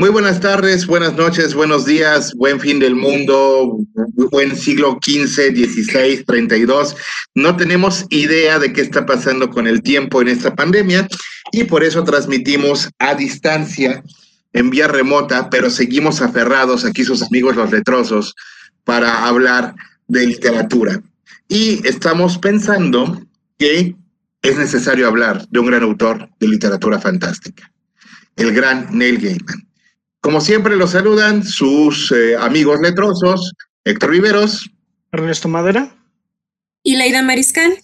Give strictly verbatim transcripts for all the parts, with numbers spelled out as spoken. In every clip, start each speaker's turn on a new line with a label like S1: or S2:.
S1: Muy buenas tardes, buenas noches, buenos días, buen fin del mundo, buen siglo quince, dieciséis, treinta y dos. No tenemos idea de qué está pasando con el tiempo en esta pandemia y por eso transmitimos a distancia, en vía remota, pero seguimos aferrados aquí sus amigos los letrosos para hablar de literatura. Y estamos pensando que es necesario hablar de un gran autor de literatura fantástica, el gran Neil Gaiman. Como siempre los saludan sus eh, amigos letrosos, Héctor Viveros,
S2: Ernesto Madera
S3: y Leida Mariscal.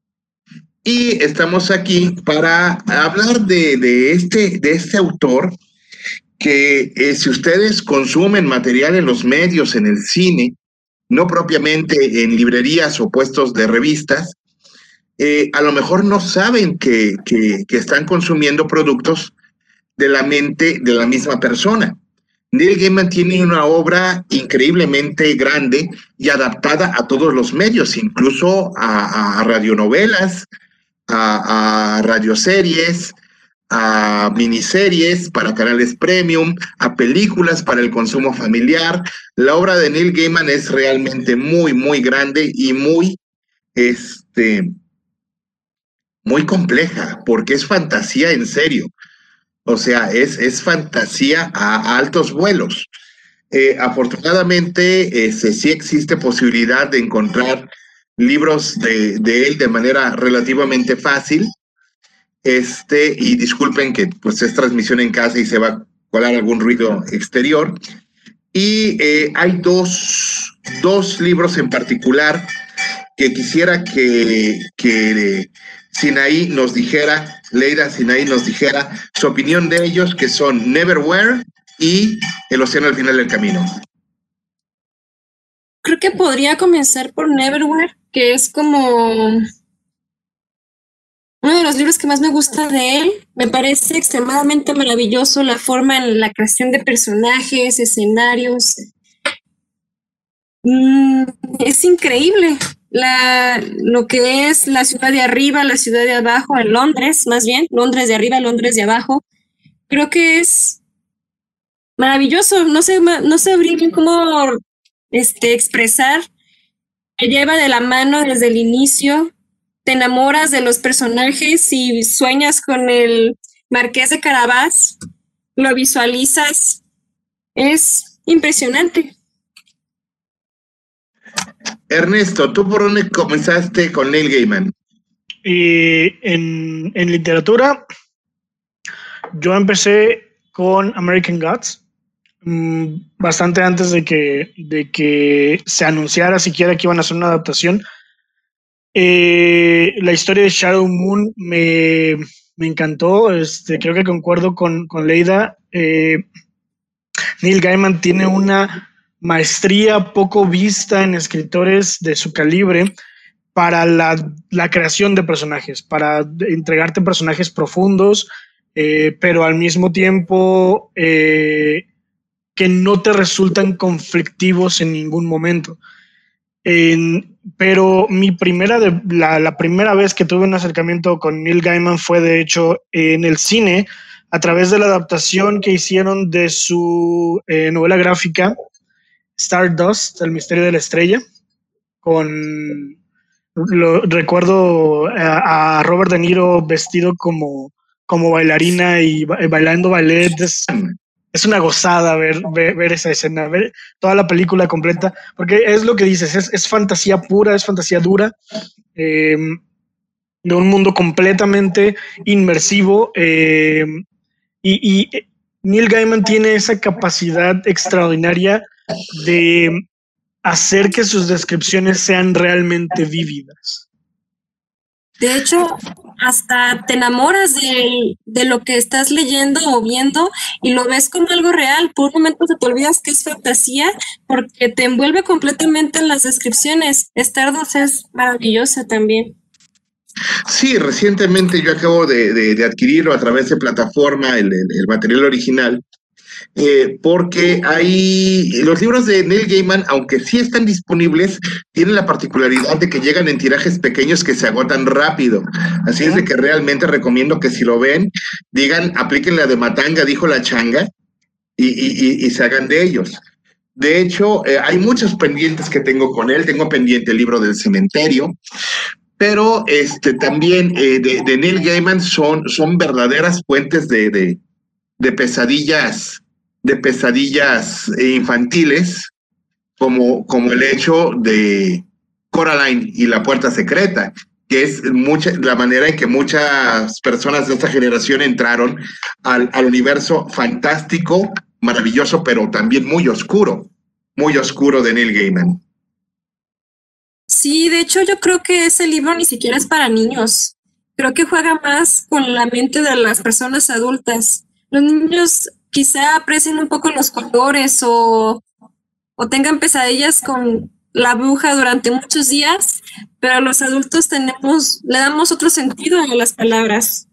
S1: Y estamos aquí para hablar de, de, este, de este autor que eh, si ustedes consumen material en los medios, en el cine, no propiamente en librerías o puestos de revistas, eh, a lo mejor no saben que, que, que están consumiendo productos de la mente de la misma persona. Neil Gaiman tiene una obra increíblemente grande y adaptada a todos los medios, incluso a, a radionovelas, a, a radioseries, a miniseries para canales premium, a películas para el consumo familiar. La obra de Neil Gaiman es realmente muy, muy grande y muy, este, muy compleja, porque es fantasía en serio. O sea, es, es fantasía a, a altos vuelos. Eh, afortunadamente, eh, sí existe posibilidad de encontrar libros de, de él de manera relativamente fácil. Este, y disculpen que pues es transmisión en casa y se va a colar algún ruido exterior. Y eh, hay dos, dos libros en particular que quisiera que, que Sinaí nos dijera, Leida Sinaí nos dijera su opinión de ellos, que son Neverwhere y El océano al final del camino.
S3: Creo que podría comenzar por Neverwhere, que es como uno de los libros que más me gusta de él. Me parece extremadamente maravilloso la forma en la creación de personajes, escenarios. Mm, es increíble. La, lo que es la ciudad de arriba, la ciudad de abajo, en Londres, más bien, Londres de arriba, Londres de abajo. Creo que es maravilloso. No sé, no sabría bien cómo este, expresar. Te lleva de la mano desde el inicio. Te enamoras de los personajes y sueñas con el Marqués de Carabas. Lo visualizas. Es impresionante.
S1: Ernesto, ¿tú por dónde comenzaste con Neil Gaiman?
S2: Y en, en literatura, yo empecé con American Gods, mmm, bastante antes de que, de que se anunciara siquiera que iban a hacer una adaptación. Eh, la historia de Shadow Moon me, me encantó, este, creo que concuerdo con, con Leida. Eh, Neil Gaiman tiene una maestría poco vista en escritores de su calibre para la, la creación de personajes, para entregarte personajes profundos, eh, pero al mismo tiempo eh, que no te resultan conflictivos en ningún momento. En, pero mi primera de, la, la primera vez que tuve un acercamiento con Neil Gaiman fue de hecho en el cine, a través de la adaptación que hicieron de su eh, novela gráfica Stardust, El misterio de la estrella, con lo, recuerdo a, a Robert De Niro vestido como, como bailarina y ba, bailando ballet. Es, es una gozada ver, ver, ver esa escena, ver toda la película completa, porque es lo que dices, es, es fantasía pura, es fantasía dura, eh, de un mundo completamente inmersivo, eh, y, y Neil Gaiman tiene esa capacidad extraordinaria de hacer que sus descripciones sean realmente vívidas.
S3: De hecho, hasta te enamoras de, de lo que estás leyendo o viendo y lo ves como algo real. Por un momento te olvidas que es fantasía porque te envuelve completamente en las descripciones. Stardust es maravillosa también.
S1: Sí, recientemente yo acabo de, de, de adquirirlo a través de plataforma, el, el, el material original. Eh, porque hay los libros de Neil Gaiman, aunque sí están disponibles, tienen la particularidad de que llegan en tirajes pequeños que se agotan rápido. Así es de que realmente recomiendo que si lo ven, digan, apliquen la de Matanga, dijo la changa, y, y, y se hagan de ellos. De hecho, eh, hay muchos pendientes que tengo con él. Tengo pendiente el libro del cementerio, pero este, también eh, de, de Neil Gaiman son, son verdaderas fuentes de, de, de pesadillas, de pesadillas infantiles, como, como el hecho de Coraline y la puerta secreta, que es mucha, la manera en que muchas personas de esta generación entraron al, al universo fantástico, maravilloso, pero también muy oscuro, muy oscuro de Neil Gaiman.
S3: Sí, de hecho yo creo que ese libro ni siquiera es para niños. Creo que juega más con la mente de las personas adultas. Los niños quizá aprecien un poco los colores o, o tengan pesadillas con la bruja durante muchos días, pero los adultos tenemos, le damos otro sentido a las palabras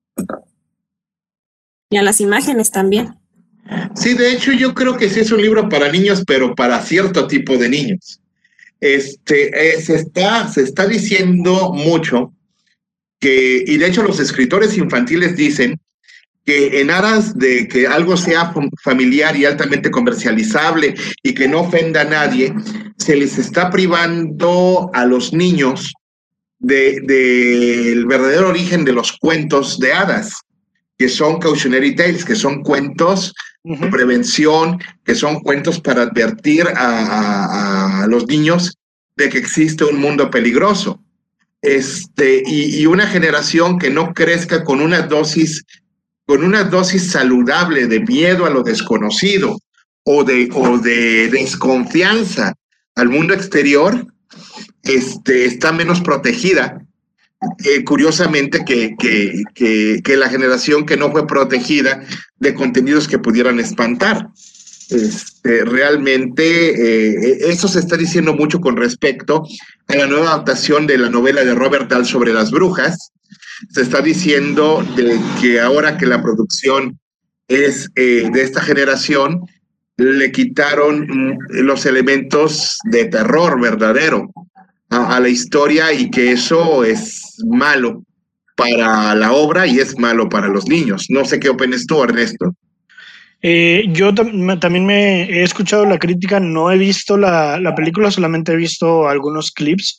S3: y a las imágenes también.
S1: Sí, de hecho yo creo que sí es un libro para niños, pero para cierto tipo de niños. Este, eh, se, está, se está diciendo mucho que, y de hecho los escritores infantiles dicen que en aras de que algo sea familiar y altamente comercializable y que no ofenda a nadie, se les está privando a los niños del de, de verdadero origen de los cuentos de hadas, que son cautionary tales, que son cuentos uh-huh. de prevención, que son cuentos para advertir a, a, a los niños de que existe un mundo peligroso. Este, y, y una generación que no crezca con una dosis con una dosis saludable de miedo a lo desconocido o de, o de desconfianza al mundo exterior, este, está menos protegida, eh, curiosamente, que, que, que, que la generación que no fue protegida de contenidos que pudieran espantar. Este, realmente, eh, eso se está diciendo mucho con respecto a la nueva adaptación de la novela de Robert Dahl sobre las brujas. Se está diciendo de que ahora que la producción es eh, de esta generación, le quitaron mm, los elementos de terror verdadero a, a la historia, y que eso es malo para la obra y es malo para los niños. No sé qué opinas tú, Ernesto.
S2: Eh, yo tam también me he escuchado la crítica, no he visto la, la película, solamente he visto algunos clips,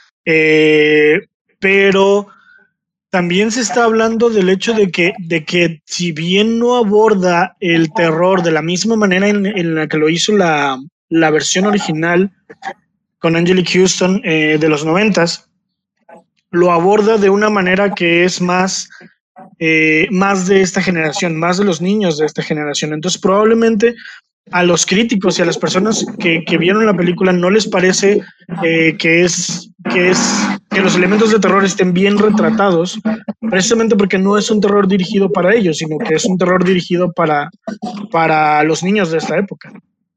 S2: eh, pero también se está hablando del hecho de que, de que si bien no aborda el terror de la misma manera en, en la que lo hizo la, la versión original con Angelique Houston eh, de los noventas, lo aborda de una manera que es más, eh, más de esta generación, más de los niños de esta generación. Entonces probablemente a los críticos y a las personas que, que vieron la película no les parece eh, que es que es que los elementos de terror estén bien retratados, precisamente porque no es un terror dirigido para ellos, sino que es un terror dirigido para, para los niños de esta época.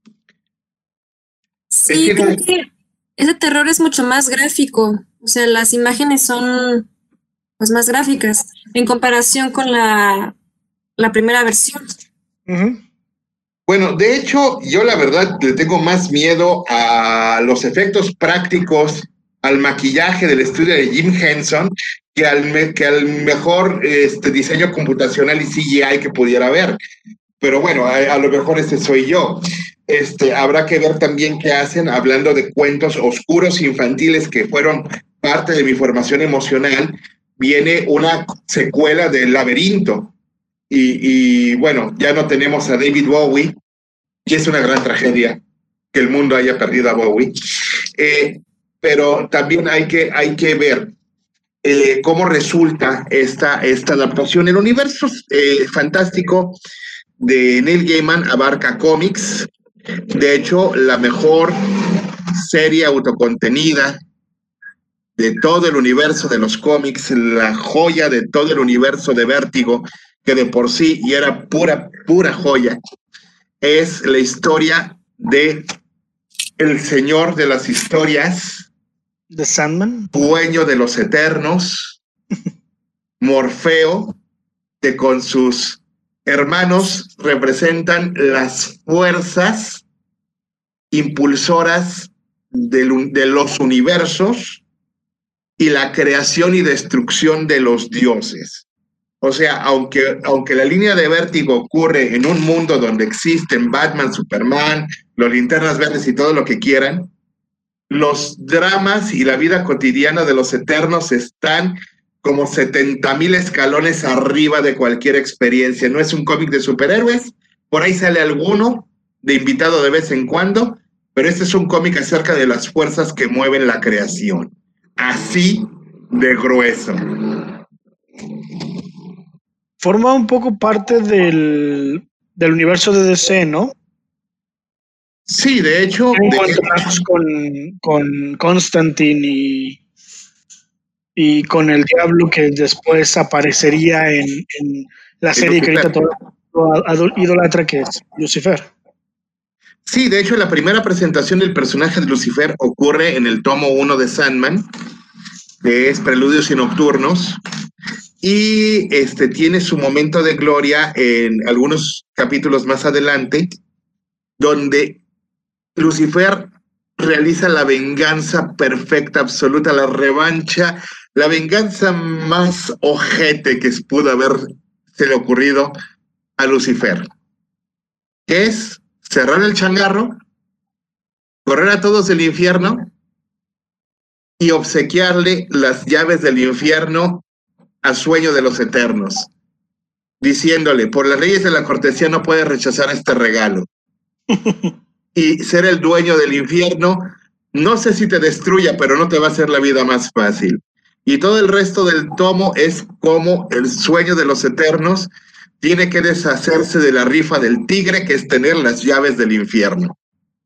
S3: Sí, creo que ese terror es mucho más gráfico, o sea, las imágenes son pues más gráficas en comparación con la, la primera versión.
S1: Uh-huh. Bueno, de hecho, yo la verdad le tengo más miedo a los efectos prácticos, al maquillaje del estudio de Jim Henson, que al, que al mejor este, diseño computacional y C G I que pudiera haber. Pero bueno, a, a lo mejor ese soy yo. Este, habrá que ver también qué hacen, hablando de cuentos oscuros infantiles que fueron parte de mi formación emocional. Viene una secuela del Laberinto. Y, y bueno, ya no tenemos a David Bowie, y es una gran tragedia que el mundo haya perdido a Bowie. Eh, pero también hay que, hay que ver eh, cómo resulta esta, esta adaptación. El universo eh, fantástico de Neil Gaiman abarca cómics. De hecho, la mejor serie autocontenida de todo el universo de los cómics, la joya de todo el universo de Vértigo, que de por sí y era pura, pura joya, es la historia de el señor de las historias,
S2: The Sandman,
S1: dueño de los eternos, Morfeo, que con sus hermanos representan las fuerzas impulsoras de, de los universos y la creación y destrucción de los dioses. O sea, aunque, aunque la línea de Vértigo ocurre en un mundo donde existen Batman, Superman, los Linternas Verdes y todo lo que quieran, los dramas y la vida cotidiana de los Eternos están como setenta mil escalones arriba de cualquier experiencia. No es un cómic de superhéroes, por ahí sale alguno de invitado de vez en cuando, pero este es un cómic acerca de las fuerzas que mueven la creación. Así de grueso.
S2: Forma un poco parte del, del universo de D C, ¿no?
S1: Sí, de hecho...
S2: Encontramos con, con Constantine y, y con el Diablo, que después aparecería en, en la serie que ahorita todo idolatra, que es Lucifer.
S1: Sí, de hecho, la primera presentación del personaje de Lucifer ocurre en el tomo uno de Sandman, que es Preludios y Nocturnos, y este, tiene su momento de gloria en algunos capítulos más adelante, donde Lucifer realiza la venganza perfecta, absoluta, la revancha, la venganza más ojete que pudo haberse le ocurrido a Lucifer, que es cerrar el changarro, correr a todos del infierno y obsequiarle las llaves del infierno a Sueño de los Eternos, diciéndole, por las leyes de la cortesía no puedes rechazar este regalo. Y ser el dueño del infierno, no sé si te destruya, pero no te va a hacer la vida más fácil. Y todo el resto del tomo es como el Sueño de los Eternos tiene que deshacerse de la rifa del tigre, que es tener las llaves del infierno.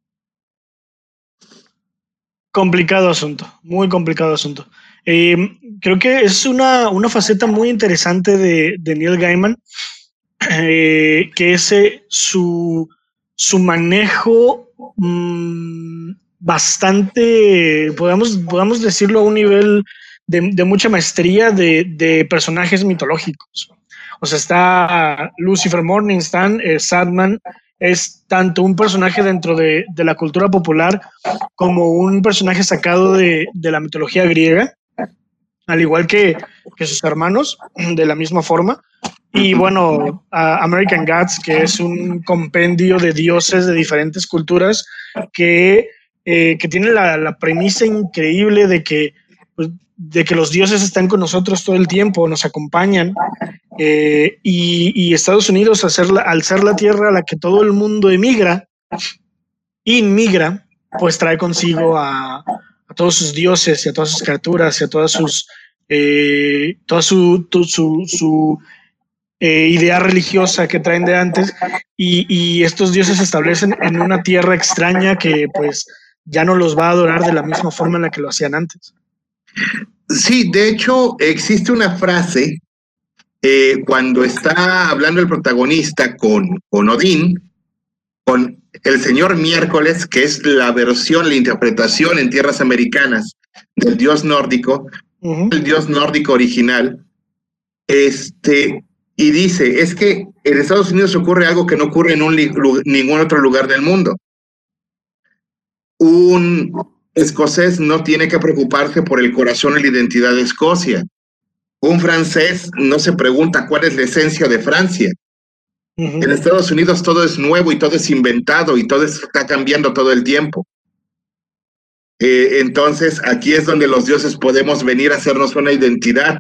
S2: Complicado asunto, muy complicado asunto. Eh, creo que es una, una faceta muy interesante de, de Neil Gaiman, eh, que es eh, su, su manejo mmm, bastante, podemos, podemos decirlo, a un nivel de, de mucha maestría de, de personajes mitológicos. O sea, está Lucifer Morningstar, eh, Sandman, es tanto un personaje dentro de, de la cultura popular como un personaje sacado de, de la mitología griega, al igual que, que sus hermanos, de la misma forma. Y bueno, uh, American Gods, que es un compendio de dioses de diferentes culturas que, eh, que tiene la, la premisa increíble de que, pues, de que los dioses están con nosotros todo el tiempo, nos acompañan. Eh, y, y Estados Unidos, al ser, la, al ser la tierra a la que todo el mundo emigra, inmigra, pues trae consigo a, a todos sus dioses y a todas sus criaturas y a todas sus, eh, toda su, tu, su, su eh, idea religiosa que traen de antes, y, y estos dioses se establecen en una tierra extraña que pues ya no los va a adorar de la misma forma en la que lo hacían antes.
S1: Sí, de hecho existe una frase eh, cuando está hablando el protagonista con, con Odín, con el señor Miércoles, que es la versión, la interpretación en tierras americanas del dios nórdico, uh-huh. el dios nórdico original, este, y dice, es que en Estados Unidos ocurre algo que no ocurre en un li- ningún otro lugar del mundo. Un escocés no tiene que preocuparse por el corazón y la identidad de Escocia. Un francés no se pregunta cuál es la esencia de Francia. Uh-huh. En Estados Unidos todo es nuevo y todo es inventado y todo está cambiando todo el tiempo. Eh, entonces aquí es donde los dioses podemos venir a hacernos una identidad,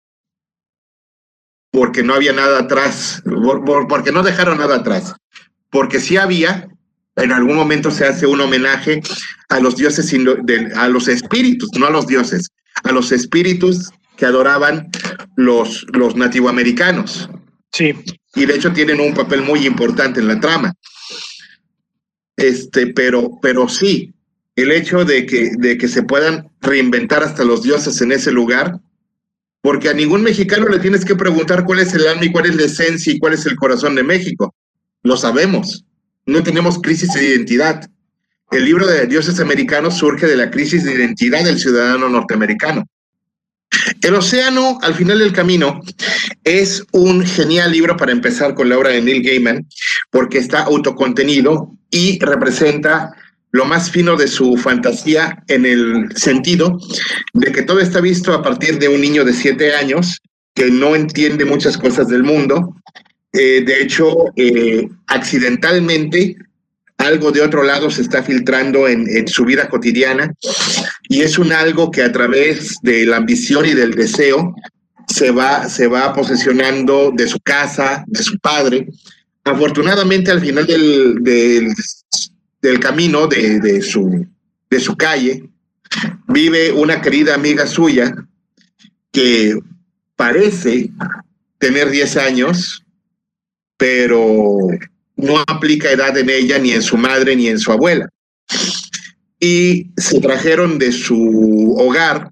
S1: porque no había nada atrás, por, por, porque no dejaron nada atrás, porque sí había. En algún momento se hace un homenaje a los dioses, a los espíritus, no a los dioses, a los espíritus que adoraban los, los nativoamericanos.
S2: Sí.
S1: Y de hecho tienen un papel muy importante en la trama. Este, pero, pero sí, el hecho de que, de que se puedan reinventar hasta los dioses en ese lugar, porque a ningún mexicano le tienes que preguntar cuál es el alma y cuál es la esencia y cuál es el corazón de México. Lo sabemos. No tenemos crisis de identidad. El libro de dioses americanos surge de la crisis de identidad del ciudadano norteamericano. El océano al final del camino es un genial libro para empezar con la obra de Neil Gaiman, porque está autocontenido y representa lo más fino de su fantasía, en el sentido de que todo está visto a partir de un niño de siete años que no entiende muchas cosas del mundo. Eh, de hecho, eh, accidentalmente, algo de otro lado se está filtrando en, en su vida cotidiana, y es un algo que a través de la ambición y del deseo se va, se va posesionando de su casa, de su padre. Afortunadamente, al final del, del, del camino de, de, su, de su calle, vive una querida amiga suya que parece tener diez años, pero no aplica edad en ella, ni en su madre, ni en su abuela. Y se trajeron de su hogar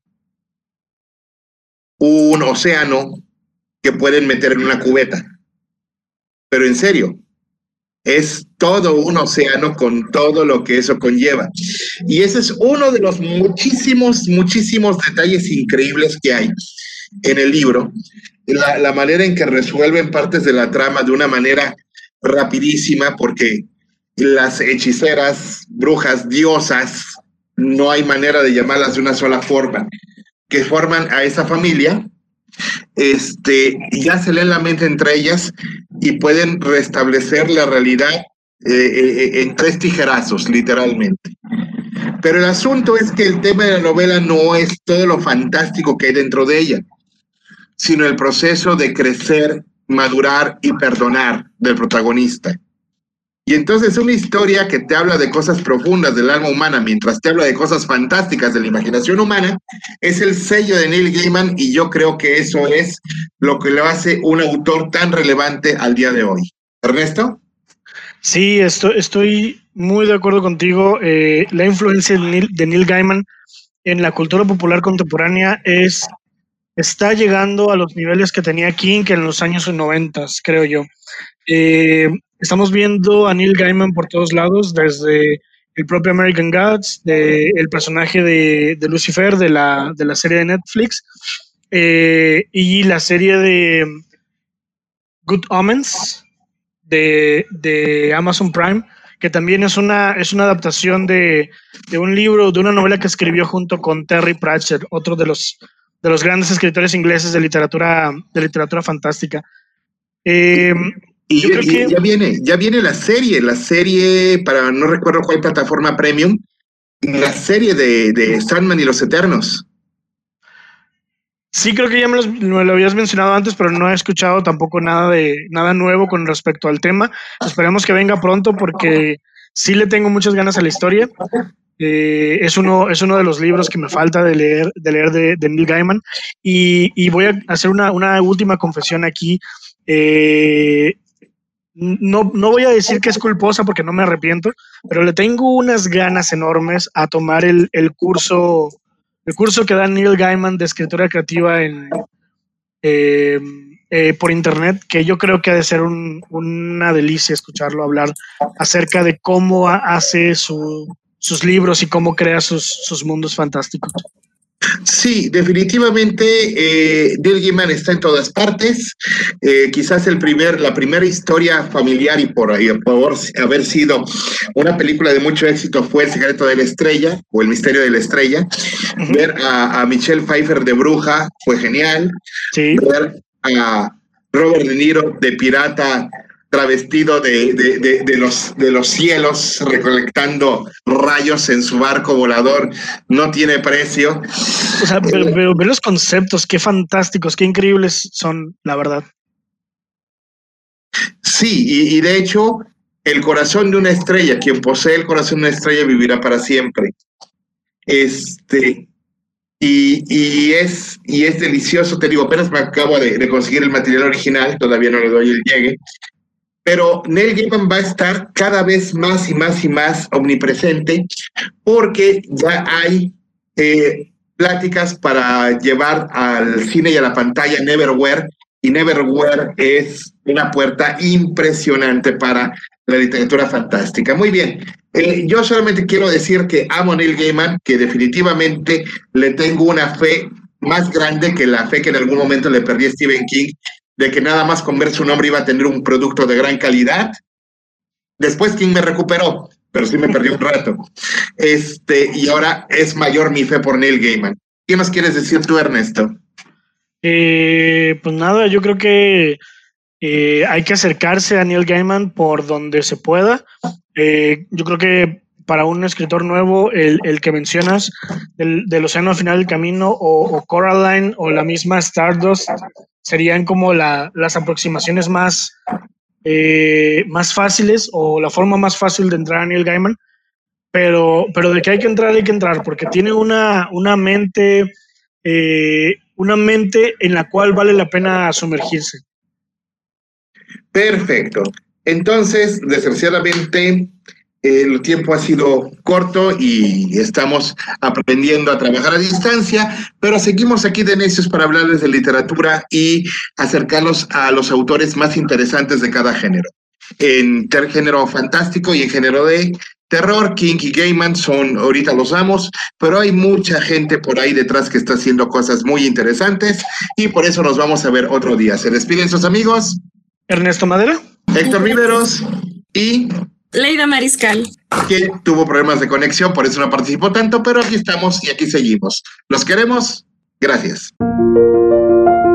S1: un océano que pueden meter en una cubeta. Pero en serio, es todo un océano con todo lo que eso conlleva. Y ese es uno de los muchísimos, muchísimos detalles increíbles que hay en el libro. La, la manera en que resuelven partes de la trama de una manera rapidísima, porque las hechiceras, brujas, diosas, no hay manera de llamarlas de una sola forma, que forman a esa familia, este, ya se leen la mente entre ellas y pueden restablecer la realidad eh, eh, en tres tijerazos, literalmente. Pero el asunto es que el tema de la novela no es todo lo fantástico que hay dentro de ella, sino el proceso de crecer, madurar y perdonar del protagonista. Y entonces una historia que te habla de cosas profundas del alma humana mientras te habla de cosas fantásticas de la imaginación humana es el sello de Neil Gaiman, y yo creo que eso es lo que lo hace un autor tan relevante al día de hoy. ¿Ernesto?
S2: Sí, estoy, estoy muy de acuerdo contigo. Eh, la influencia de Neil, de Neil Gaiman en la cultura popular contemporánea es, está llegando a los niveles que tenía King en los años noventas, creo yo. Eh, Estamos viendo a Neil Gaiman por todos lados, desde el propio American Gods, de el personaje de, de Lucifer de la, de la serie de Netflix, eh, y la serie de Good Omens de, de Amazon Prime, que también es una, es una adaptación de, de un libro, de una novela que escribió junto con Terry Pratchett, otro de los, de los grandes escritores ingleses de literatura, de literatura fantástica. Eh,
S1: Y,
S2: Yo
S1: y,
S2: creo
S1: y
S2: que
S1: ya viene, ya viene la serie, la serie, para no recuerdo cuál plataforma premium, la serie de, de Sandman y los Eternos.
S2: sí, creo que ya me, los, me lo habías mencionado antes, pero no he escuchado tampoco nada de nada nuevo con respecto al tema. Esperemos que venga pronto porque sí le tengo muchas ganas a la historia. Eh, es uno es uno de los libros que me falta de leer de leer de, de Neil Gaiman, y, y voy a hacer una, una última confesión aquí. Eh, No, no voy a decir que es culposa porque no me arrepiento, pero le tengo unas ganas enormes a tomar el, el curso el curso que da Neil Gaiman de escritura creativa en, eh, eh, por internet, que yo creo que ha de ser un, una delicia escucharlo hablar acerca de cómo hace su, sus libros y cómo crea sus, sus mundos fantásticos.
S1: Sí, definitivamente eh, Neil Gaiman está en todas partes. Eh, quizás el primer, la primera historia familiar y por, y por haber sido una película de mucho éxito fue El secreto de la estrella o El misterio de la estrella. Uh-huh. Ver a, a Michelle Pfeiffer de bruja fue genial.
S2: Sí.
S1: Ver a Robert De Niro de pirata travestido de, de, de, de, los, de los cielos, recolectando rayos en su barco volador, no tiene precio.
S2: O sea, pero, pero ver los conceptos, qué fantásticos, qué increíbles son, la verdad.
S1: Sí, y, y de hecho, el corazón de una estrella, quien posee el corazón de una estrella vivirá para siempre. Este... Y, y, es, y es delicioso, te digo, apenas me acabo de, de conseguir el material original, todavía no le doy el llegue. Pero Neil Gaiman va a estar cada vez más y más y más omnipresente porque ya hay eh, pláticas para llevar al cine y a la pantalla Neverwhere, y Neverwhere es una puerta impresionante para la literatura fantástica. Muy bien, eh, yo solamente quiero decir que amo a Neil Gaiman, que definitivamente le tengo una fe más grande que la fe que en algún momento le perdí a Stephen King, de que nada más con ver su nombre iba a tener un producto de gran calidad. Después King me recuperó, pero sí me perdí un rato. Este, y ahora es mayor mi fe por Neil Gaiman. ¿Qué nos quieres decir tú, Ernesto?
S2: Eh, pues nada, yo creo que eh, hay que acercarse a Neil Gaiman por donde se pueda. Eh, yo creo que para un escritor nuevo, el, el que mencionas, del, del Océano al Final del Camino o, o Coraline o la misma Stardust, serían como la, las aproximaciones más, eh, más fáciles o la forma más fácil de entrar a Neil Gaiman. Pero, pero de que hay que entrar, hay que entrar, porque tiene una, una mente... Eh, una mente en la cual vale la pena sumergirse.
S1: Perfecto. Entonces, desgraciadamente, el tiempo ha sido corto y estamos aprendiendo a trabajar a distancia, pero seguimos aquí de necios para hablarles de literatura y acercarlos a los autores más interesantes de cada género. En género fantástico y en género de terror, King y Gaiman son ahorita los amos, pero hay mucha gente por ahí detrás que está haciendo cosas muy interesantes y por eso nos vamos a ver otro día. Se despiden sus amigos
S2: Ernesto Madera,
S1: Héctor Viveros y
S3: Leida Mariscal,
S1: que tuvo problemas de conexión, por eso no participó tanto, pero aquí estamos y aquí seguimos. Los queremos. Gracias.